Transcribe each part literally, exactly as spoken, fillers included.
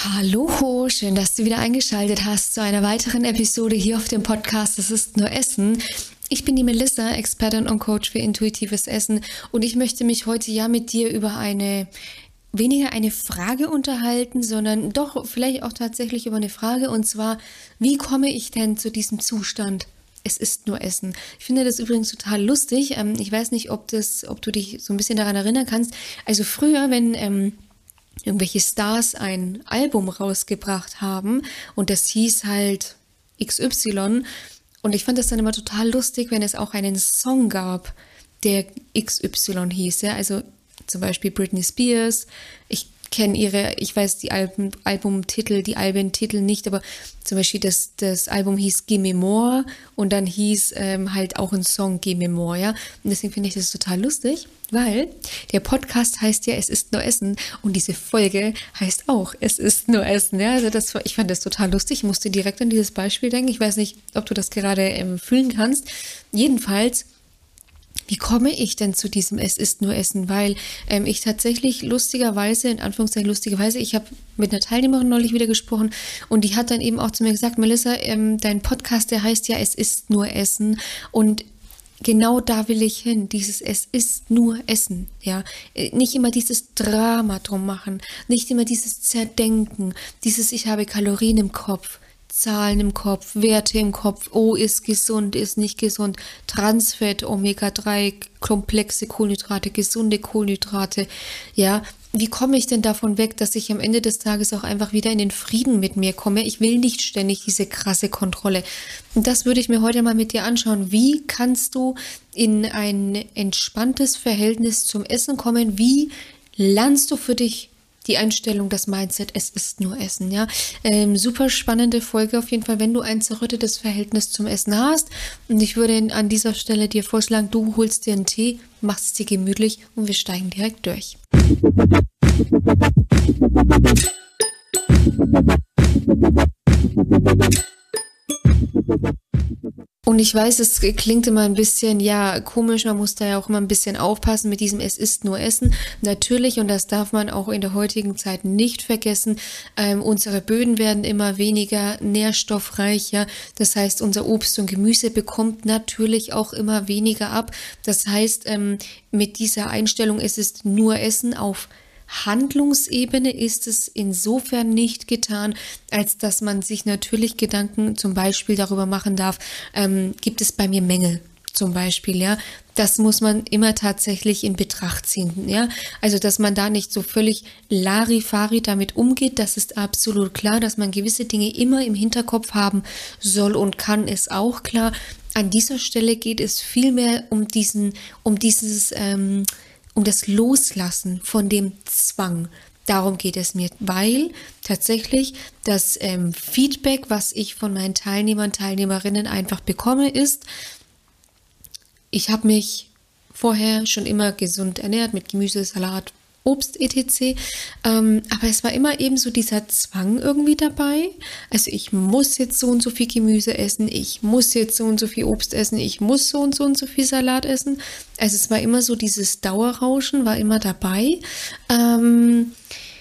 Hallo, schön, dass du wieder eingeschaltet hast zu einer weiteren Episode hier auf dem Podcast Das ist nur Essen. Ich bin die Melissa, Expertin und Coach für intuitives Essen, und ich möchte mich heute ja mit dir über eine, weniger eine Frage unterhalten, sondern doch vielleicht auch tatsächlich über eine Frage, und zwar, wie komme ich denn zu diesem Zustand? Es ist nur Essen. Ich finde das übrigens total lustig. Ich weiß nicht, ob das, ob du dich so ein bisschen daran erinnern kannst. Also früher, wenn ähm, irgendwelche Stars ein Album rausgebracht haben und das hieß halt X Y, und ich fand das dann immer total lustig, wenn es auch einen Song gab, der X Y hieß, ja, also zum Beispiel Britney Spears. Ich kenne ihre, ich weiß die Alben, Albumtitel, die Albentitel nicht, aber zum Beispiel das, das Album hieß Gimme More und dann hieß ähm, halt auch ein Song Gimme More, ja. Und deswegen finde ich das total lustig, weil der Podcast heißt ja, es ist nur Essen, und diese Folge heißt auch, es ist nur Essen, ja. Also das, ich fand das total lustig, ich musste direkt an dieses Beispiel denken. Ich weiß nicht, ob du das gerade ähm, fühlen kannst. Jedenfalls, wie komme ich denn zu diesem Es ist nur Essen? Weil ähm, ich tatsächlich lustigerweise, in Anführungszeichen lustigerweise, ich habe mit einer Teilnehmerin neulich wieder gesprochen, und die hat dann eben auch zu mir gesagt, Melissa, ähm, dein Podcast, der heißt ja, es ist nur Essen, und genau da will ich hin, dieses Es ist nur Essen, ja, nicht immer dieses Drama drum machen, nicht immer dieses Zerdenken, dieses ich habe Kalorien im Kopf, Zahlen im Kopf, Werte im Kopf, oh, ist gesund, ist nicht gesund, Transfett, Omega drei, komplexe Kohlenhydrate, gesunde Kohlenhydrate, ja. Wie komme ich denn davon weg, dass ich am Ende des Tages auch einfach wieder in den Frieden mit mir komme? Ich will nicht ständig diese krasse Kontrolle. Und das würde ich mir heute mal mit dir anschauen. Wie kannst du in ein entspanntes Verhältnis zum Essen kommen? Wie lernst du für dich die Einstellung, das Mindset, es ist nur Essen, ja. Ähm, super spannende Folge auf jeden Fall, wenn du ein zerrüttetes Verhältnis zum Essen hast. Und ich würde an dieser Stelle dir vorschlagen, du holst dir einen Tee, machst es dir gemütlich und wir steigen direkt durch. Und ich weiß, es klingt immer ein bisschen, ja, komisch, man muss da ja auch immer ein bisschen aufpassen mit diesem Es ist nur Essen. Natürlich, und das darf man auch in der heutigen Zeit nicht vergessen, ähm, unsere Böden werden immer weniger nährstoffreicher. Das heißt, unser Obst und Gemüse bekommt natürlich auch immer weniger ab. Das heißt, ähm, mit dieser Einstellung, es ist nur Essen, auf Handlungsebene ist es insofern nicht getan, als dass man sich natürlich Gedanken zum Beispiel darüber machen darf, ähm, gibt es bei mir Mängel zum Beispiel, ja. Das muss man immer tatsächlich in Betracht ziehen, ja. Also, dass man da nicht so völlig Larifari damit umgeht, das ist absolut klar. Dass man gewisse Dinge immer im Hinterkopf haben soll und kann, ist auch klar. An dieser Stelle geht es vielmehr um diesen, um dieses, ähm, um das Loslassen von dem Zwang. Darum geht es mir, weil tatsächlich das ähm, Feedback, was ich von meinen Teilnehmern, Teilnehmerinnen einfach bekomme, ist, ich habe mich vorher schon immer gesund ernährt mit Gemüse, Salat, Obst et cetera. Ähm, aber es war immer eben so dieser Zwang irgendwie dabei. Also ich muss jetzt so und so viel Gemüse essen, ich muss jetzt so und so viel Obst essen, ich muss so und so und so viel Salat essen. Also es war immer so, dieses Dauerrauschen war immer dabei. Ähm,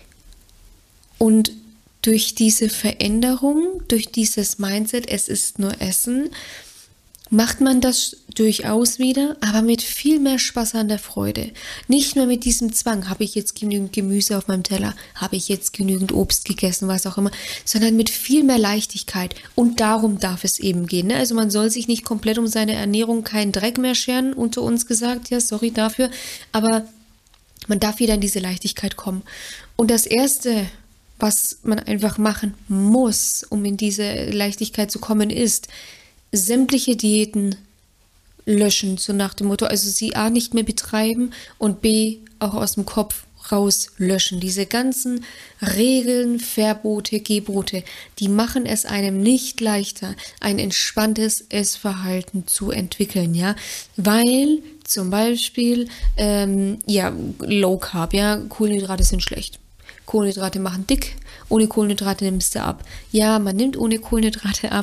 und durch diese Veränderung, durch dieses Mindset, es ist nur Essen, macht man das durchaus wieder, aber mit viel mehr Spaß an der Freude. Nicht mehr mit diesem Zwang, habe ich jetzt genügend Gemüse auf meinem Teller, habe ich jetzt genügend Obst gegessen, was auch immer, sondern mit viel mehr Leichtigkeit. Und darum darf es eben gehen. Ne? Also man soll sich nicht komplett um seine Ernährung keinen Dreck mehr scheren, unter uns gesagt, ja, sorry dafür, aber man darf wieder in diese Leichtigkeit kommen. Und das Erste, was man einfach machen muss, um in diese Leichtigkeit zu kommen, ist, sämtliche Diäten löschen, so nach dem Motto, also sie A nicht mehr betreiben und B auch aus dem Kopf rauslöschen. Diese ganzen Regeln, Verbote, Gebote, die machen es einem nicht leichter, ein entspanntes Essverhalten zu entwickeln, ja, weil zum Beispiel, ähm, ja, Low Carb, ja, Kohlenhydrate sind schlecht. Kohlenhydrate machen dick, ohne Kohlenhydrate nimmst du ab. Ja, man nimmt ohne Kohlenhydrate ab,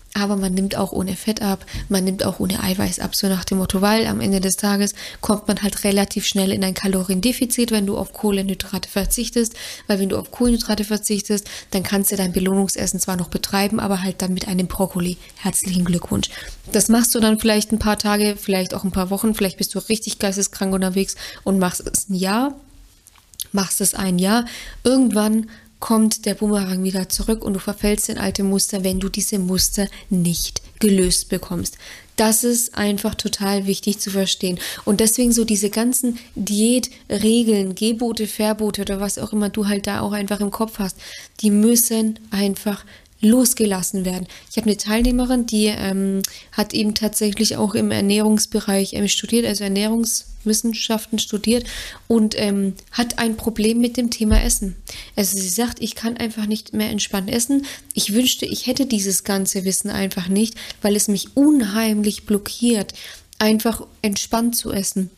aber man nimmt auch ohne Fett ab, man nimmt auch ohne Eiweiß ab, so nach dem Motto, weil am Ende des Tages kommt man halt relativ schnell in ein Kaloriendefizit, wenn du auf Kohlenhydrate verzichtest, weil wenn du auf Kohlenhydrate verzichtest, dann kannst du dein Belohnungsessen zwar noch betreiben, aber halt dann mit einem Brokkoli. Herzlichen Glückwunsch. Das machst du dann vielleicht ein paar Tage, vielleicht auch ein paar Wochen, vielleicht bist du richtig geisteskrank unterwegs und machst es ein Jahr, machst es ein Jahr, irgendwann kommt der Bumerang wieder zurück und du verfällst in alte Muster, wenn du diese Muster nicht gelöst bekommst. Das ist einfach total wichtig zu verstehen. Und deswegen so diese ganzen Diätregeln, Gebote, Verbote oder was auch immer du halt da auch einfach im Kopf hast, die müssen einfach losgelassen werden. Ich habe eine Teilnehmerin, die ähm, hat eben tatsächlich auch im Ernährungsbereich ähm, studiert, also Ernährungswissenschaften studiert und ähm, hat ein Problem mit dem Thema Essen. Also sie sagt, ich kann einfach nicht mehr entspannt essen. Ich wünschte, ich hätte dieses ganze Wissen einfach nicht, weil es mich unheimlich blockiert, einfach entspannt zu essen.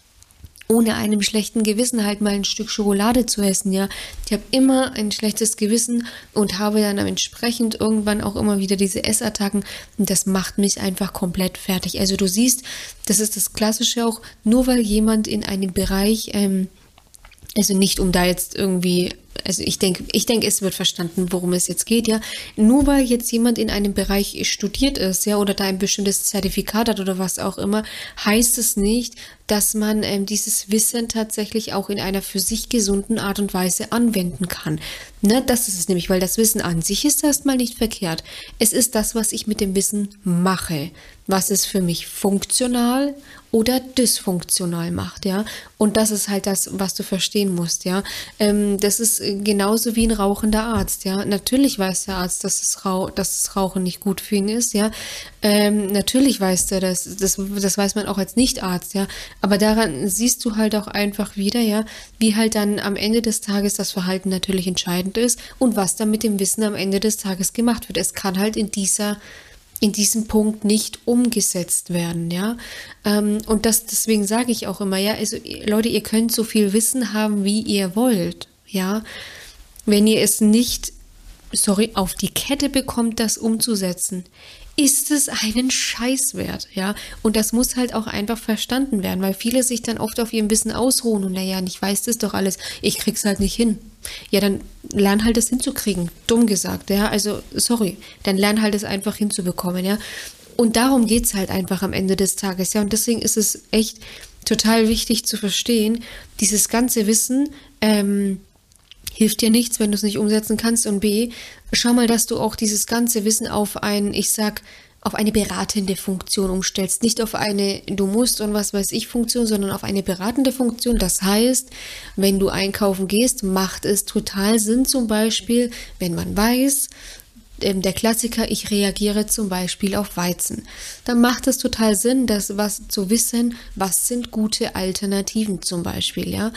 Ohne einem schlechten Gewissen halt mal ein Stück Schokolade zu essen, ja. Ich habe immer ein schlechtes Gewissen und habe dann entsprechend irgendwann auch immer wieder diese Essattacken und das macht mich einfach komplett fertig. Also du siehst, das ist das Klassische auch, nur weil jemand in einem Bereich, ähm, also nicht um da jetzt irgendwie, also ich denke, ich denke, es wird verstanden, worum es jetzt geht, ja. Nur weil jetzt jemand in einem Bereich studiert ist, ja, oder da ein bestimmtes Zertifikat hat oder was auch immer, heißt es nicht, dass man ähm, dieses Wissen tatsächlich auch in einer für sich gesunden Art und Weise anwenden kann. Ne, das ist es nämlich, weil das Wissen an sich ist erstmal nicht verkehrt. Es ist das, was ich mit dem Wissen mache, was es für mich funktional oder dysfunktional macht, ja. Und das ist halt das, was du verstehen musst, ja. Ähm, das ist genauso wie ein rauchender Arzt, ja. Natürlich weiß der Arzt, dass das, Rauch, dass das Rauchen nicht gut für ihn ist, ja. Ähm, natürlich weiß der das, das, das weiß man auch als Nicht-Arzt, ja. Aber daran siehst du halt auch einfach wieder, ja, wie halt dann am Ende des Tages das Verhalten natürlich entscheidend ist und was dann mit dem Wissen am Ende des Tages gemacht wird. Es kann halt in dieser in diesem Punkt nicht umgesetzt werden, ja. Ähm, und das, deswegen sage ich auch immer, ja, also Leute, ihr könnt so viel Wissen haben, wie ihr wollt, ja. Wenn ihr es nicht, sorry, auf die Kette bekommt, das umzusetzen, ist es einen Scheiß wert, ja. Und das muss halt auch einfach verstanden werden, weil viele sich dann oft auf ihrem Wissen ausruhen und naja, ich weiß das doch alles, ich krieg's halt nicht hin. Ja, dann lern halt es hinzukriegen, dumm gesagt, ja, also sorry, dann lern halt es einfach hinzubekommen, ja. Und darum geht's halt einfach am Ende des Tages, ja. Und deswegen ist es echt total wichtig zu verstehen, dieses ganze Wissen, ähm, hilft dir nichts, wenn du es nicht umsetzen kannst. Und B, schau mal, dass du auch dieses ganze Wissen auf ein, ich sag, auf eine beratende Funktion umstellst. Nicht auf eine du musst und was weiß ich Funktion, sondern auf eine beratende Funktion. Das heißt, wenn du einkaufen gehst, macht es total Sinn, zum Beispiel, wenn man weiß, der Klassiker, ich reagiere zum Beispiel auf Weizen. Dann macht es total Sinn, das was zu wissen, was sind gute Alternativen zum Beispiel, ja.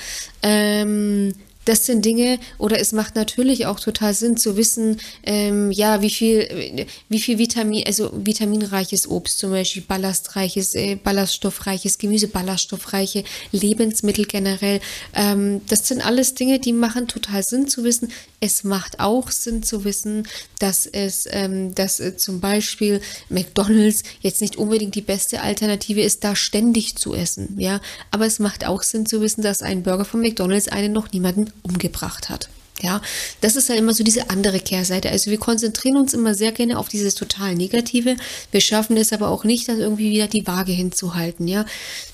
Ähm, Das sind Dinge, oder es macht natürlich auch total Sinn zu wissen, ähm, ja, wie viel, wie viel Vitamin, also vitaminreiches Obst zum Beispiel, ballastreiches, äh, ballaststoffreiches Gemüse, ballaststoffreiche Lebensmittel generell. Ähm, das sind alles Dinge, die machen total Sinn zu wissen. Es macht auch Sinn zu wissen, dass es, ähm, dass äh, zum Beispiel McDonald's jetzt nicht unbedingt die beste Alternative ist, da ständig zu essen, ja. Aber es macht auch Sinn zu wissen, dass ein Burger von McDonald's einen noch niemanden umgebracht hat. Ja, das ist dann immer so diese andere Kehrseite. Also wir konzentrieren uns immer sehr gerne auf dieses total Negative. Wir schaffen es aber auch nicht, dann irgendwie wieder die Waage hinzuhalten, ja.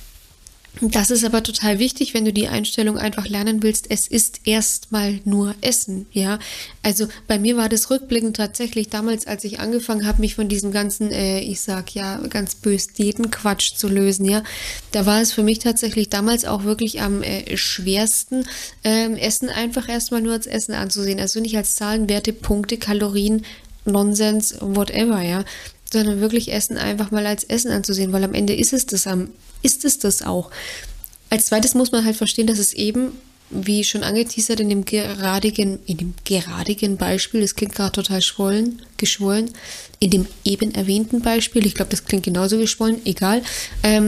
Das ist aber total wichtig, wenn du die Einstellung einfach lernen willst. Es ist erstmal nur Essen, ja. Also bei mir war das rückblickend tatsächlich damals, als ich angefangen habe, mich von diesem ganzen, äh, ich sag ja, ganz bös Diätenquatsch zu lösen, ja. Da war es für mich tatsächlich damals auch wirklich am äh, schwersten, ähm, Essen einfach erstmal nur als Essen anzusehen. Also nicht als Zahlen, Werte, Punkte, Kalorien, Nonsens, whatever, ja. Sondern wirklich Essen einfach mal als Essen anzusehen, weil am Ende ist es das am, ist es das auch. Als zweites muss man halt verstehen, dass es eben, wie schon angeteasert in dem geradigen, in dem geradigen Beispiel, das klingt gerade total schwollen, geschwollen, in dem eben erwähnten Beispiel, ich glaube, das klingt genauso geschwollen, egal, ähm,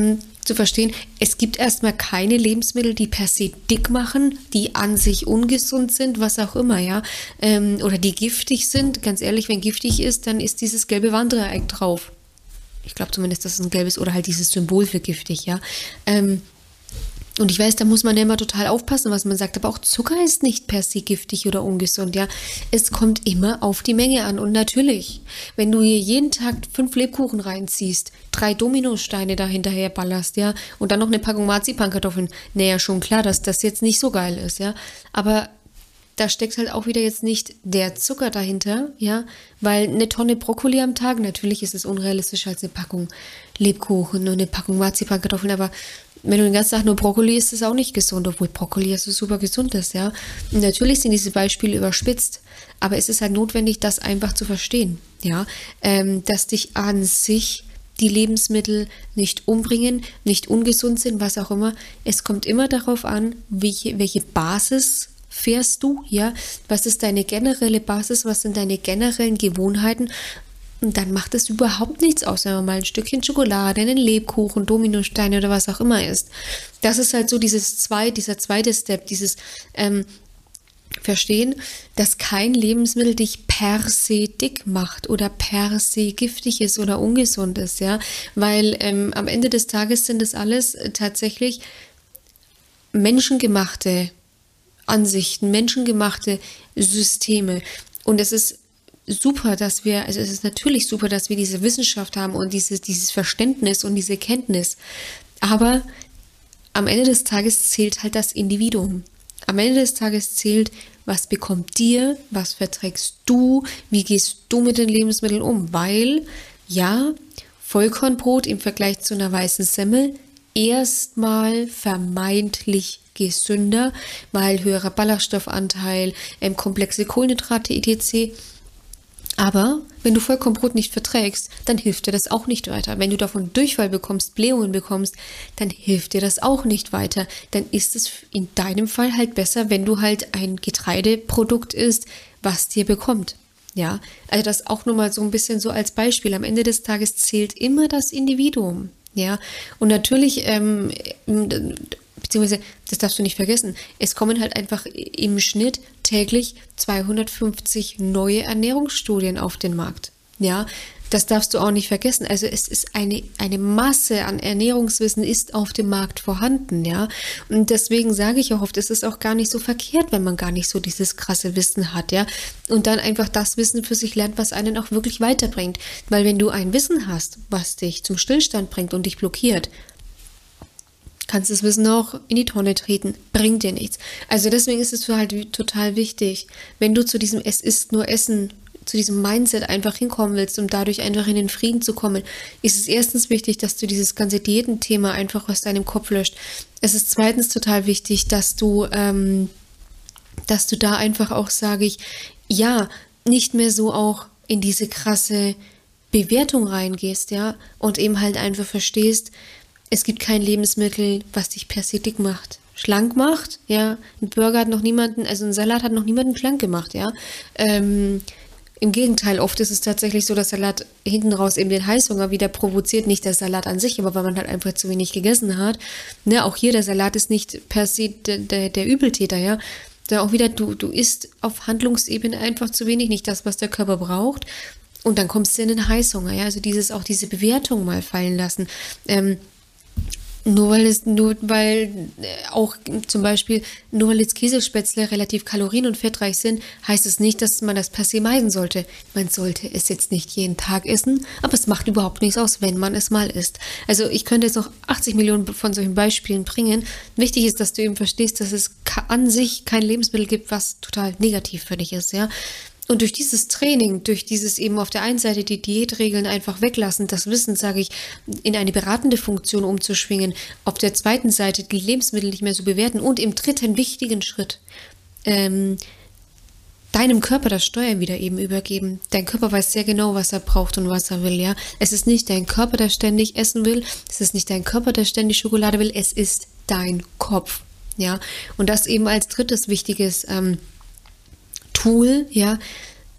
zu verstehen, es gibt erstmal keine Lebensmittel, die per se dick machen, die an sich ungesund sind, was auch immer, ja, ähm, oder die giftig sind. Ganz ehrlich, wenn giftig ist, dann ist dieses gelbe Warndreieck drauf. Ich glaube zumindest, dass es ein gelbes oder halt dieses Symbol für giftig, ja. Ähm, Und ich weiß, da muss man ja immer total aufpassen, was man sagt. Aber auch Zucker ist nicht per se giftig oder ungesund, ja. Es kommt immer auf die Menge an. Und natürlich, wenn du hier jeden Tag fünf Lebkuchen reinziehst, drei Dominosteine da hinterher ballerst, ja, und dann noch eine Packung Marzipankartoffeln, naja, schon klar, dass das jetzt nicht so geil ist, ja. Aber da steckt halt auch wieder jetzt nicht der Zucker dahinter, ja, weil eine Tonne Brokkoli am Tag, natürlich ist es unrealistischer als eine Packung Lebkuchen und eine Packung Marzipankartoffeln, aber wenn du den ganzen Tag nur Brokkoli isst, ist es auch nicht gesund, obwohl Brokkoli ja so super gesund ist, ja. Und natürlich sind diese Beispiele überspitzt, aber es ist halt notwendig, das einfach zu verstehen, ja, ähm, dass dich an sich die Lebensmittel nicht umbringen, nicht ungesund sind, was auch immer. Es kommt immer darauf an, welche, welche Basis fährst du, ja, was ist deine generelle Basis, was sind deine generellen Gewohnheiten. Und dann macht es überhaupt nichts aus, wenn man mal ein Stückchen Schokolade, einen Lebkuchen, Dominosteine oder was auch immer isst. Das ist halt so dieses zwei, dieser zweite Step, dieses ähm, Verstehen, dass kein Lebensmittel dich per se dick macht oder per se giftig ist oder ungesund ist, ja, weil ähm, am Ende des Tages sind das alles äh, tatsächlich menschengemachte Ansichten, menschengemachte Systeme. Und es ist super, dass wir, also es ist natürlich super, dass wir diese Wissenschaft haben und dieses, dieses Verständnis und diese Kenntnis. Aber am Ende des Tages zählt halt das Individuum. Am Ende des Tages zählt, was bekommt dir, was verträgst du, wie gehst du mit den Lebensmitteln um. Weil, ja, Vollkornbrot im Vergleich zu einer weißen Semmel erstmal vermeintlich gesünder, weil höherer Ballaststoffanteil, ähm, komplexe Kohlenhydrate et cetera. Aber wenn du Vollkornbrot nicht verträgst, dann hilft dir das auch nicht weiter. Wenn du davon Durchfall bekommst, Blähungen bekommst, dann hilft dir das auch nicht weiter. Dann ist es in deinem Fall halt besser, wenn du halt ein Getreideprodukt isst, was dir bekommt. Ja, also das auch nur mal so ein bisschen so als Beispiel. Am Ende des Tages zählt immer das Individuum. Ja, und natürlich, ähm, beziehungsweise, das darfst du nicht vergessen, es kommen halt einfach im Schnitt täglich zweihundertfünfzig neue Ernährungsstudien auf den Markt. Ja, das darfst du auch nicht vergessen. Also es ist eine, eine Masse an Ernährungswissen ist auf dem Markt vorhanden, ja. Und deswegen sage ich auch oft, es ist auch gar nicht so verkehrt, wenn man gar nicht so dieses krasse Wissen hat, ja. Und dann einfach das Wissen für sich lernt, was einen auch wirklich weiterbringt. Weil wenn du ein Wissen hast, was dich zum Stillstand bringt und dich blockiert, kannst das Wissen auch in die Tonne treten, bringt dir nichts. Also deswegen ist es für halt total wichtig, wenn du zu diesem Es ist nur Essen, zu diesem Mindset einfach hinkommen willst, um dadurch einfach in den Frieden zu kommen, ist es erstens wichtig, dass du dieses ganze Diätenthema einfach aus deinem Kopf löscht. Es ist zweitens total wichtig, dass du, ähm, dass du da einfach auch, sage ich, ja, nicht mehr so auch in diese krasse Bewertung reingehst, ja, und eben halt einfach verstehst, es gibt kein Lebensmittel, was dich per se dick macht. Schlank macht, ja. Ein Burger hat noch niemanden, also ein Salat hat noch niemanden schlank gemacht, ja. Ähm, Im Gegenteil, oft ist es tatsächlich so, dass Salat hinten raus eben den Heißhunger wieder provoziert. Nicht der Salat an sich, aber weil man halt einfach zu wenig gegessen hat. Ne, auch hier, der Salat ist nicht per se der, der, der Übeltäter, ja. Da auch wieder, du, du isst auf Handlungsebene einfach zu wenig, nicht das, was der Körper braucht. Und dann kommst du in den Heißhunger, ja. Also dieses, auch diese Bewertung mal fallen lassen. Ähm, Nur weil es, nur weil auch zum Beispiel, nur weil jetzt Käsespätzle relativ kalorien- und fettreich sind, heißt es nicht, dass man das per se meiden sollte. Man sollte es jetzt nicht jeden Tag essen, aber es macht überhaupt nichts aus, wenn man es mal isst. Also ich könnte jetzt noch achtzig Millionen von solchen Beispielen bringen. Wichtig ist, dass du eben verstehst, dass es an sich kein Lebensmittel gibt, was total negativ für dich ist, ja. Und durch dieses Training, durch dieses eben auf der einen Seite die Diätregeln einfach weglassen, das Wissen, sage ich, in eine beratende Funktion umzuschwingen, auf der zweiten Seite die Lebensmittel nicht mehr so bewerten und im dritten wichtigen Schritt ähm, deinem Körper das Steuern wieder eben übergeben. Dein Körper weiß sehr genau, was er braucht und was er will, ja. Es ist nicht dein Körper, der ständig essen will, es ist nicht dein Körper, der ständig Schokolade will, es ist dein Kopf, ja. Und das eben als drittes wichtiges ähm, Tool, ja,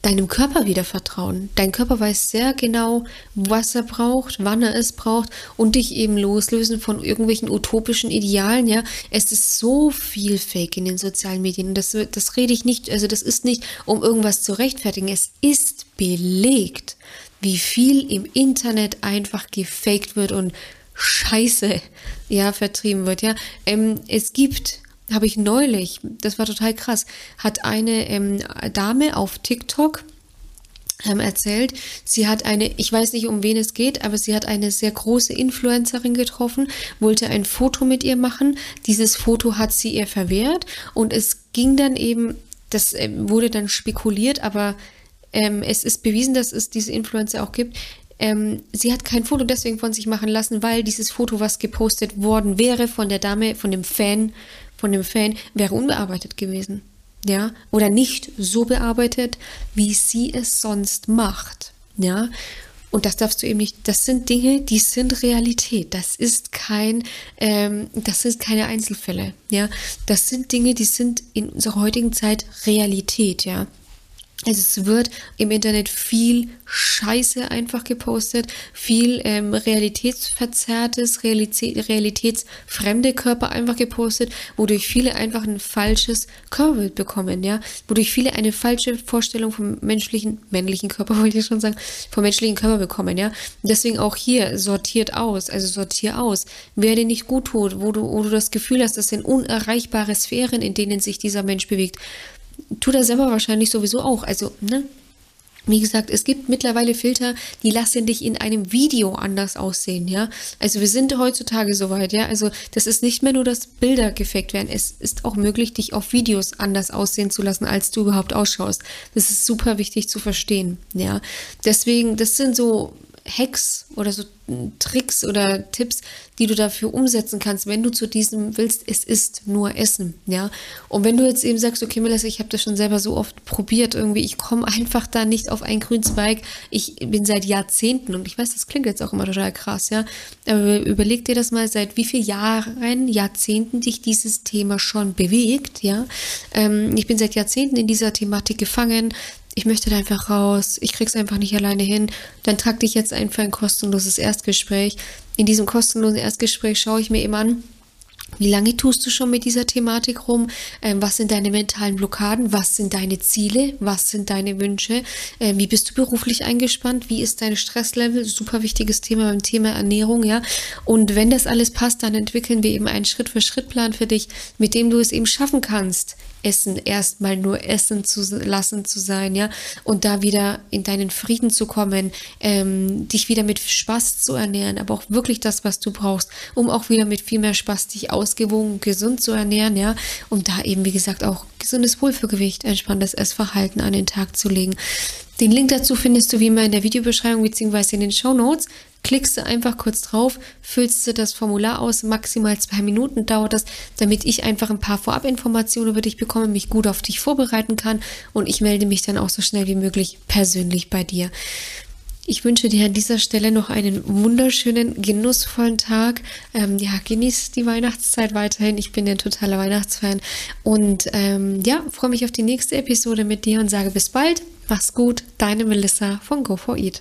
deinem Körper wieder vertrauen. Dein Körper weiß sehr genau, was er braucht, wann er es braucht und dich eben loslösen von irgendwelchen utopischen Idealen, ja. Es ist so viel Fake in den sozialen Medien und das, das rede ich nicht, also das ist nicht, um irgendwas zu rechtfertigen. Es ist belegt, wie viel im Internet einfach gefaked wird und Scheiße, ja, vertrieben wird, ja. Ähm, es gibt habe ich neulich, das war total krass, hat eine ähm, Dame auf TikTok ähm, erzählt, sie hat eine, ich weiß nicht, um wen es geht, aber sie hat eine sehr große Influencerin getroffen, wollte ein Foto mit ihr machen. Dieses Foto hat sie ihr verwehrt und es ging dann eben, das äh, wurde dann spekuliert, aber ähm, es ist bewiesen, dass es diese Influencer auch gibt. Ähm, sie hat kein Foto deswegen von sich machen lassen, weil dieses Foto, was gepostet worden wäre von der Dame, von dem Fan, von dem Fan, wäre unbearbeitet gewesen. Ja, oder nicht so bearbeitet, wie sie es sonst macht. Ja, und das darfst du eben nicht, das sind Dinge, die sind Realität. Das ist kein, ähm, das sind keine Einzelfälle. Ja, das sind Dinge, die sind in unserer heutigen Zeit Realität. Ja. Also es wird im Internet viel Scheiße einfach gepostet, viel ähm, realitätsverzerrtes, Realität, realitätsfremde Körper einfach gepostet, wodurch viele einfach ein falsches Körperbild bekommen, ja, wodurch viele eine falsche Vorstellung vom menschlichen, männlichen Körper, wollte ich schon sagen, vom menschlichen Körper bekommen, ja. Deswegen auch hier sortiert aus, also sortier aus, wer dir nicht gut tut, wo du, wo du das Gefühl hast, das sind unerreichbare Sphären, in denen sich dieser Mensch bewegt. Tut er selber wahrscheinlich sowieso auch. Also, ne? Wie gesagt, es gibt mittlerweile Filter, die lassen dich in einem Video anders aussehen, ja. Also wir sind heutzutage soweit, ja. Also das ist nicht mehr nur, dass Bilder gefaked werden. Es ist auch möglich, dich auf Videos anders aussehen zu lassen, als du überhaupt ausschaust. Das ist super wichtig zu verstehen, ja. Deswegen, das sind so Hacks oder so Tricks oder Tipps, die du dafür umsetzen kannst, wenn du zu diesem willst, es ist nur Essen, ja. Und wenn du jetzt eben sagst, okay, Melissa, ich habe das schon selber so oft probiert, irgendwie, ich komme einfach da nicht auf einen grünen Zweig, ich bin seit Jahrzehnten, und ich weiß, das klingt jetzt auch immer total krass, ja, aber überleg dir das mal, seit wie vielen Jahren, Jahrzehnten dich dieses Thema schon bewegt, ja. Ähm, ich bin seit Jahrzehnten in dieser Thematik gefangen, ich möchte da einfach raus, ich krieg's einfach nicht alleine hin, dann trag dich jetzt ein für ein kostenloses Erstgespräch. In diesem kostenlosen Erstgespräch schaue ich mir eben an, wie lange tust du schon mit dieser Thematik rum? Ähm, was sind deine mentalen Blockaden? Was sind deine Ziele? Was sind deine Wünsche? Ähm, wie bist du beruflich eingespannt? Wie ist dein Stresslevel? Super wichtiges Thema beim Thema Ernährung, ja. Und wenn das alles passt, dann entwickeln wir eben einen Schritt-für-Schritt-Plan für dich, mit dem du es eben schaffen kannst, Essen erstmal nur Essen zu lassen zu sein, ja, und da wieder in deinen Frieden zu kommen, ähm, dich wieder mit Spaß zu ernähren, aber auch wirklich das, was du brauchst, um auch wieder mit viel mehr Spaß dich ausgewogen und gesund zu ernähren, ja, und da eben, wie gesagt, auch gesundes Wohlfühlgewicht, entspanntes Essverhalten an den Tag zu legen. Den Link dazu findest du wie immer in der Videobeschreibung bzw. in den Shownotes. Klickst du einfach kurz drauf, füllst du das Formular aus, maximal zwei Minuten dauert das, damit ich einfach ein paar Vorabinformationen über dich bekomme, mich gut auf dich vorbereiten kann und ich melde mich dann auch so schnell wie möglich persönlich bei dir. Ich wünsche dir an dieser Stelle noch einen wunderschönen, genussvollen Tag. Ähm, ja, genieß die Weihnachtszeit weiterhin. Ich bin ein totaler Weihnachtsfan und ähm, ja, freue mich auf die nächste Episode mit dir und sage bis bald. Mach's gut, deine Melissa von Go for Eat.